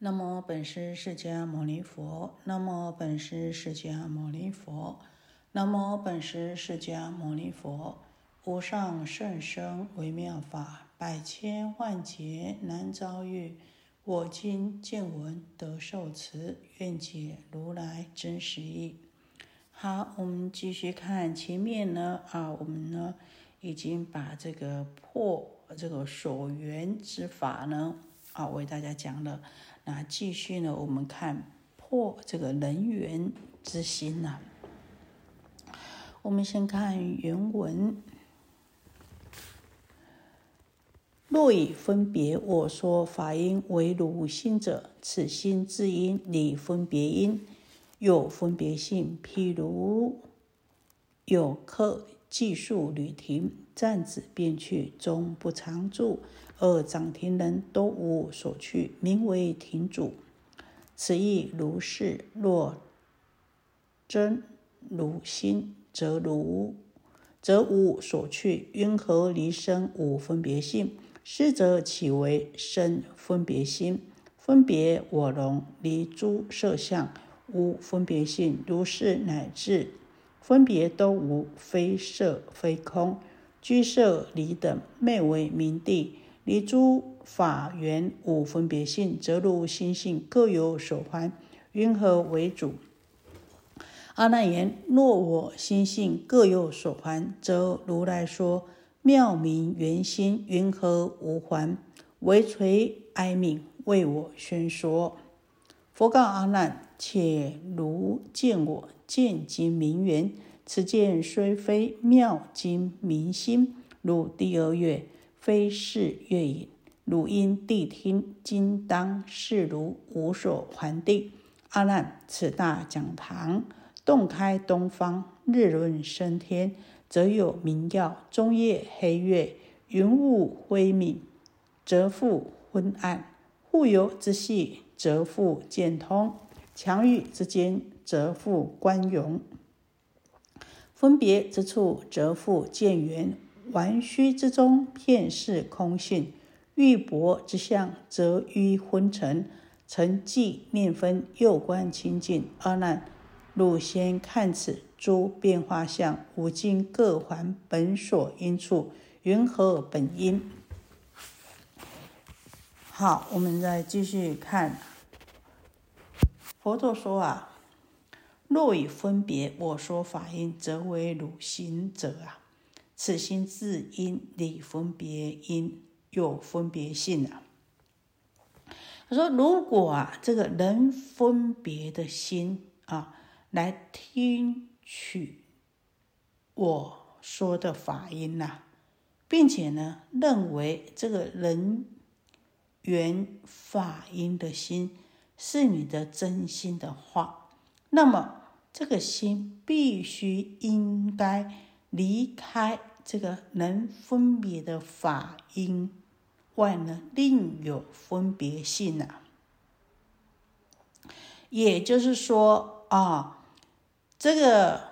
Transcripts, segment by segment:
南无本师释迦牟尼佛，南无本师释迦牟尼佛，南无本师释迦牟尼佛。无上甚深微妙法，百千万劫难遭遇。我今见闻得受持，愿解如来真实义。好，我们继续看前面呢，我们呢已经把这个破这个所缘之法呢，为大家讲了。那继续呢，我们看破这个人缘之心呢。我们先看原文：若以分别我说法因为如心者，此心自因理分别因，有分别性。譬如有客计数旅亭，暂止便去，终不常住，而掌亭人都无所去，名为亭主。此亦如是。若真如心，则无所去。云何离生无分别性？是则岂为生分别心？分别我容，离诸色相，无分别性。如是乃至分别都无，非色非空，居色离等，昧为明谛。离诸法缘无分别性，则如心性各有所还，云何为主？阿难言：若我心性各有所还，则如来说妙明圆心，云何无还？唯垂哀悯，为我宣说。佛告阿难：且如见我见经明圆，此见虽非妙经明心，如第二乐，非是乐引，汝因谛听，今当是如无所还地。阿难，此大讲堂洞开东方，日轮升天，则有明曜；中夜黑月，云雾灰泯，则复昏暗；户牖之细，则复见通；墙宇之间，则复观容；分别之处，则复见圆；玩虚之中，遍是空性；玉帛之相，则于昏沉；沉寂念分，又观清净。阿难，汝先看此诸变化相，五经各还本所因处，云何本因？好，我们再继续看。佛陀说若以分别我说法因，则为汝行者此心自因理分别因，有分别性他说，如果这个人分别的心来听取我说的法音并且呢，认为这个人缘法音的心是你的真心的话，那么这个心必须应该离开这个能分别的法音外呢，另有分别性也就是说这个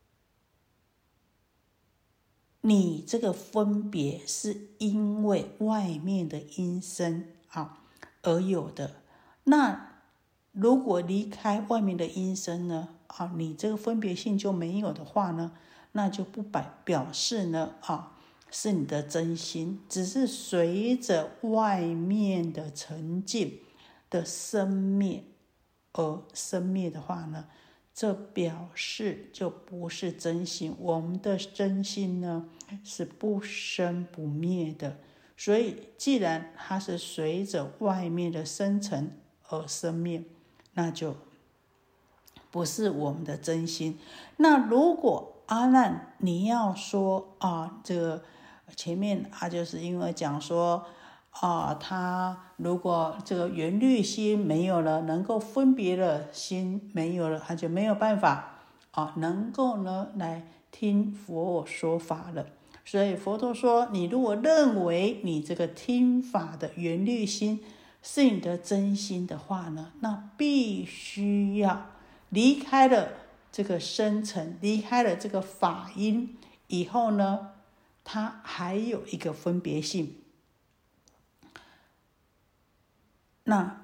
你这个分别是因为外面的音声而有的。那如果离开外面的音声呢你这个分别性就没有的话呢，那就不表示呢是你的真心，只是随着外面的沉静的生灭而生灭的话呢，这表示就不是真心。我们的真心呢是不生不灭的，所以既然它是随着外面的生成而生灭，那就不是我们的真心。那如果阿难你要说这个前面就是因为讲说他如果这个缘虑心没有了，能够分别的心没有了，他就没有办法能够呢来听佛说法了。所以佛陀说，你如果认为你这个听法的缘虑心是你的真心的话呢，那必须要离开了这个生成，离开了这个法因以后呢，它还有一个分别性。那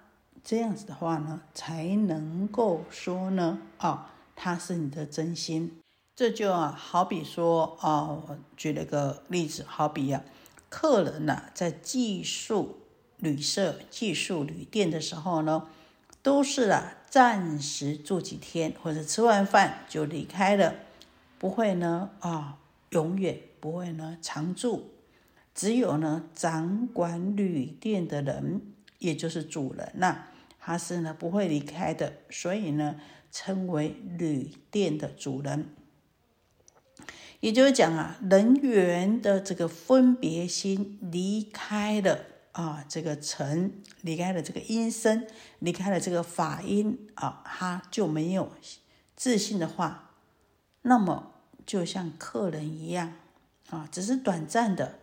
这样子的话呢，才能够说呢，它是你的真心。这就好比说我举了个例子，好比客人在寄宿旅社、寄宿旅店的时候呢，都是暂时住几天，或者吃完饭就离开了，不会呢永远不会呢常住。只有呢掌管旅店的人，也就是主人他是呢不会离开的，所以呢称为旅店的主人。也就是讲人缘的这个分别心离开了这个尘，离开了这个音声，离开了这个法音他就没有自信的话，那么就像客人一样只是短暂的。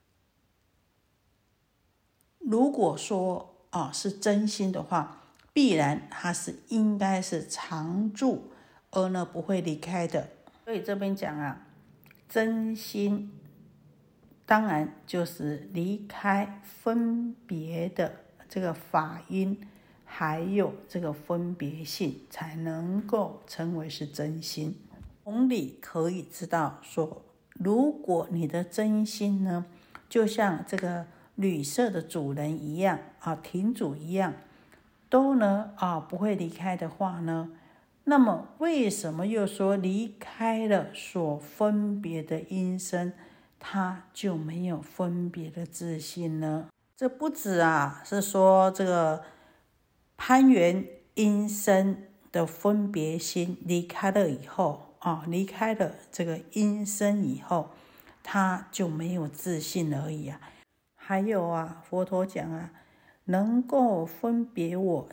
如果说是真心的话，必然他是应该是常住，而呢不会离开的。所以这边讲真心当然就是离开分别的这个法音，还有这个分别性，才能够称为是真心。同理可以知道说，如果你的真心呢，就像这个旅社的主人一样亭主一样，都呢不会离开的话呢，那么为什么又说离开了所分别的音声，他就没有分别的自信呢？这不止是说这个攀缘音声的分别心离开了以后离开了这个音声以后，他就没有自信而已还有佛陀讲能够分别我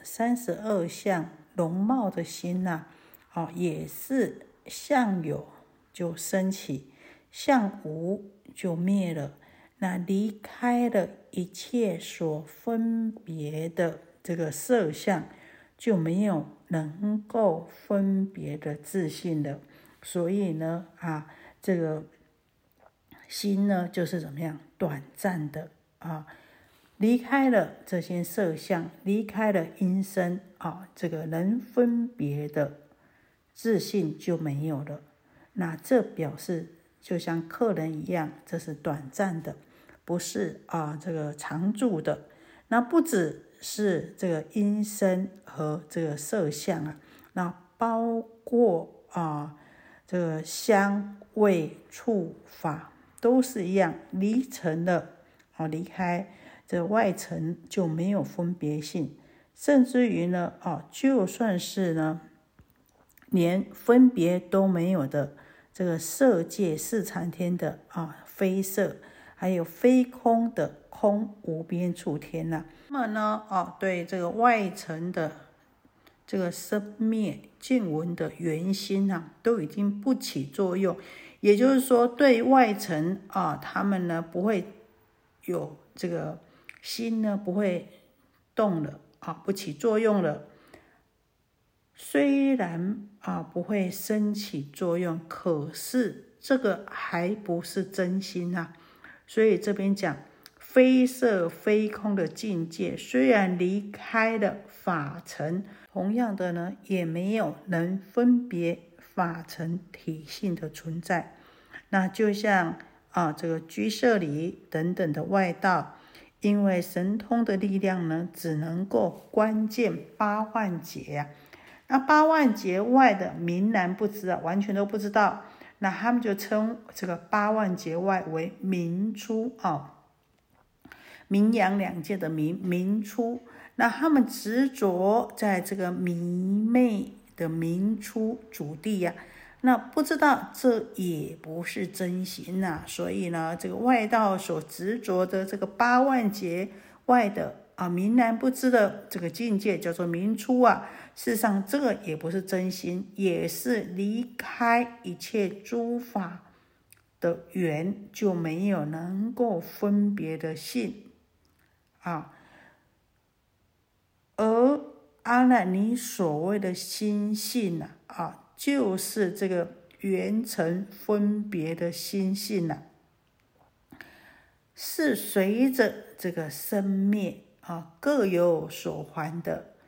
32相容貌的心也是相有就升起，相无就灭了。那离开了一切所分别的这个色相，就没有能够分别的自信了。所以呢这个心呢就是怎么样，短暂的离开了这些色相，离开了音声这个能分别的自信就没有了。那这表示就像客人一样，这是短暂的，不是这个常住的。那不只是这个音声和这个色相那包括这个香味触法都是一样，离尘了离开这外层就没有分别性，甚至于呢就算是呢连分别都没有的这个色界四禅天的非色，还有非空的空无边处天那么呢对这个外层的这个生灭见闻的原心都已经不起作用。也就是说对外层他们呢不会有这个心呢不会动了不起作用了。虽然不会升起作用，可是这个还不是真心所以这边讲非色非空的境界，虽然离开了法尘，同样的呢也没有能分别法尘体性的存在。那就像这个居舍离等等的外道，因为神通的力量呢只能够观见8万劫那8万劫外的明然不知完全都不知道，那他们就称这个8万劫外为明初明阳两界的明初。那他们执着在这个迷昧的明初主地那不知道这也不是真心所以呢这个外道所执着的这个8万劫外的明然不知的这个境界叫做明初事实上这个也不是真心，也是离开一切诸法的缘，就没有能够分别的性而阿难你所谓的心性就是这个缘尘分别的心性是随着这个生灭各有所还的。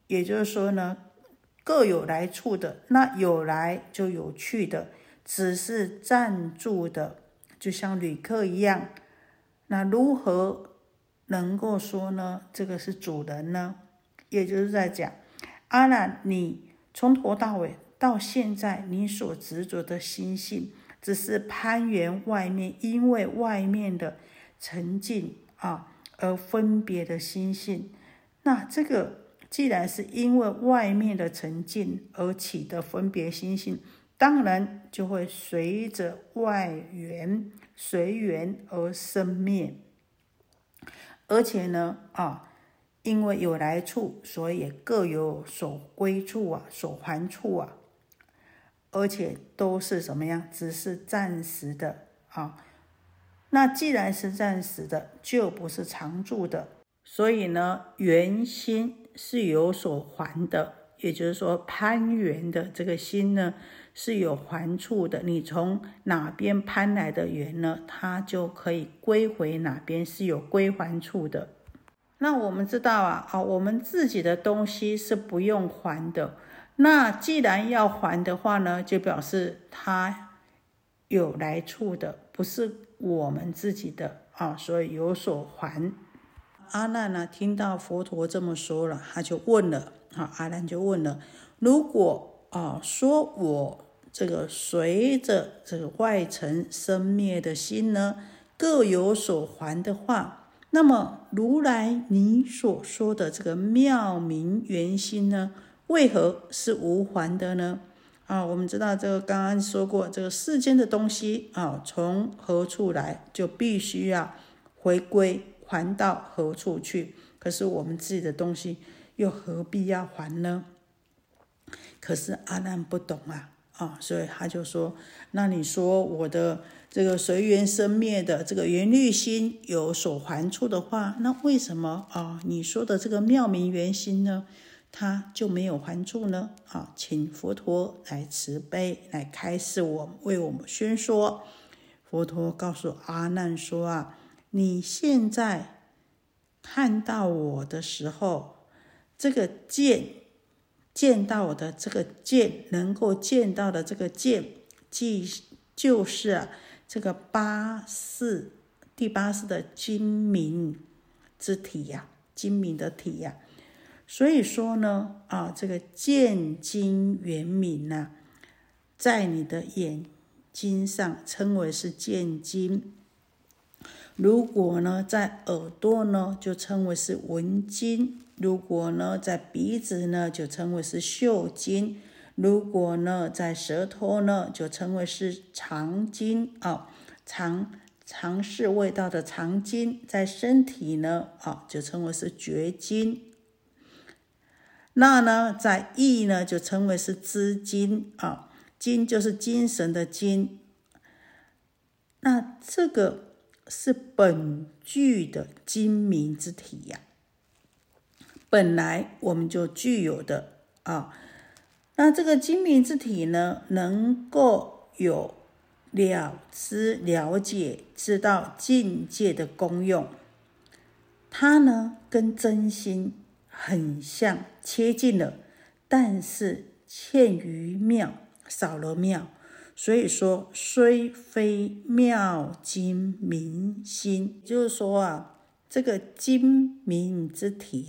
也就是说呢，各有来处的，那有来就有去的，只是暂住的，就像旅客一样。那如何能够说呢？这个是主人呢？也就是在讲，阿难，你从头到尾到现在，你所执着的心性，只是攀缘外面，因为外面的沉静而分别的心性。那这个既然是因为外面的沉静而起的分别心性，当然就会随着外缘随缘而生灭。而且呢因为有来处，所以也各有所归处所还处而且都是什么样？只是暂时的那既然是暂时的，就不是常住的。所以呢，缘心是有所还的，也就是说攀缘的这个心呢是有还处的。你从哪边攀来的缘呢，它就可以归回哪边，是有归还处的。那我们知道我们自己的东西是不用还的。那既然要还的话呢，就表示它有来处的，不是我们自己的所以有所还。阿难呢，听到佛陀这么说了，他就问了阿难就问了，如果说我这个随着这个外尘生灭的心呢，各有所还的话，那么如来你所说的这个妙明圆心呢，为何是无还的呢？我们知道这个刚刚说过，这个世间的东西从何处来，就必须要回归还到何处去。可是我们自己的东西又何必要还呢？可是阿难不懂所以他就说，那你说我的这个随缘生灭的这个缘虑心有所还处的话，那为什么你说的这个妙明圆心呢，它就没有还处呢？请佛陀来慈悲，来开示为我们宣说。佛陀告诉阿难说你现在看到我的时候，这个见到我的这个见，能够见到的这个见，就是这个第八识的精明之体精明的体所以说呢这个见精圆明在你的眼睛上称为是见精，如果呢在耳朵呢就称为是闻精，如果呢在鼻子呢就称为是嗅精，如果呢在舌头呢就称为是尝精尝试味道的尝精，在身体呢就称为是觉精，那呢在意呢就称为是知精精就是精神的精。那这个是本具的精明之体本来我们就具有的那这个精明之体呢，能够有了知了解知道境界的功用，它呢跟真心很像，接近了，但是欠于妙，少了妙。所以说虽非妙精明心，就是说这个精明之体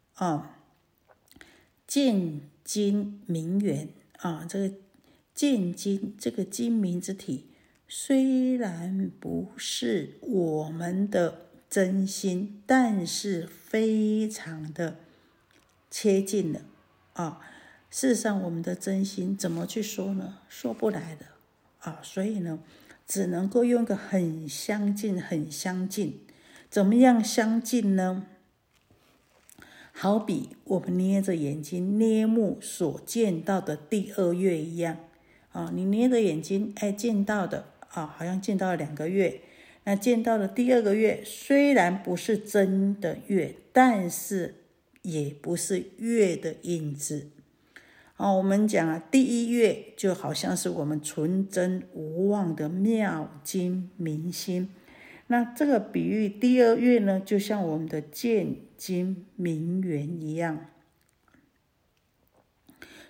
见精明圆这个见精这个精明之体，虽然不是我们的真心，但是非常的接近了事实上我们的真心怎么去说呢？说不来的所以呢只能够用一个很相近很相近。怎么样相近呢？好比我们捏着眼睛捏目所见到的第二月一样你捏着眼睛见到的好像见到了2个月，那见到的第2个月虽然不是真的月，但是也不是月的影子我们讲第1月就好像是我们纯真无妄的妙精明心，那这个比喻第2月呢，就像我们的见精明圆一样。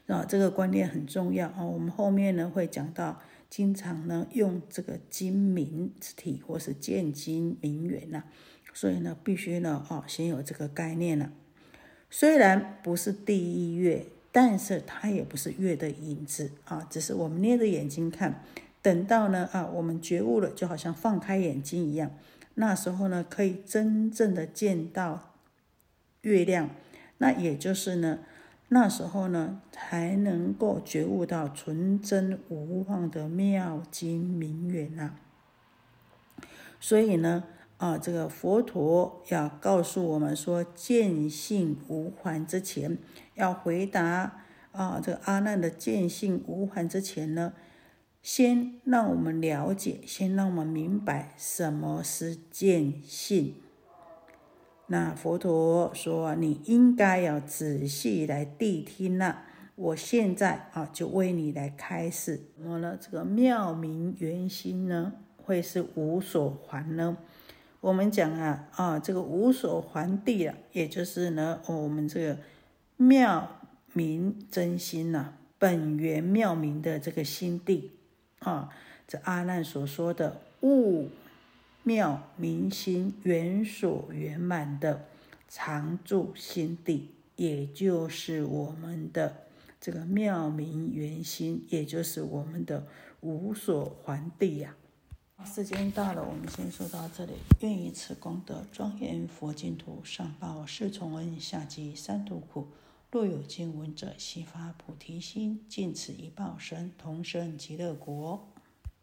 这个观念很重要我们后面呢会讲到，经常呢用这个精明之体或是见精明元所以呢必须呢先有这个概念了。虽然不是第一月，但是它也不是月的影子只是我们捏着眼睛看，等到呢我们觉悟了，就好像放开眼睛一样，那时候呢可以真正的见到月亮，那也就是呢那时候呢才能够觉悟到纯真无妄的妙精明元所以呢这个佛陀要告诉我们说，见性无还之前，要回答这个阿难的见性无还之前呢，先让我们了解，先让我们明白什么是见性。那佛陀说，你应该要仔细来谛听我现在就为你来开示。什么呢？这个妙明圆心呢，会是无所还呢？我们讲这个无所还地也就是呢我们这个妙明真心本源妙明的这个心地这阿难所说的悟妙明心圆所圆满的常住心地，也就是我们的这个妙明圆心，也就是我们的无所还地时间到了，我们先说到这里。愿以此功德庄严佛净土，上报四重恩，下济三途苦。若有见闻者，悉发菩提心，尽此一报身，同生极乐国。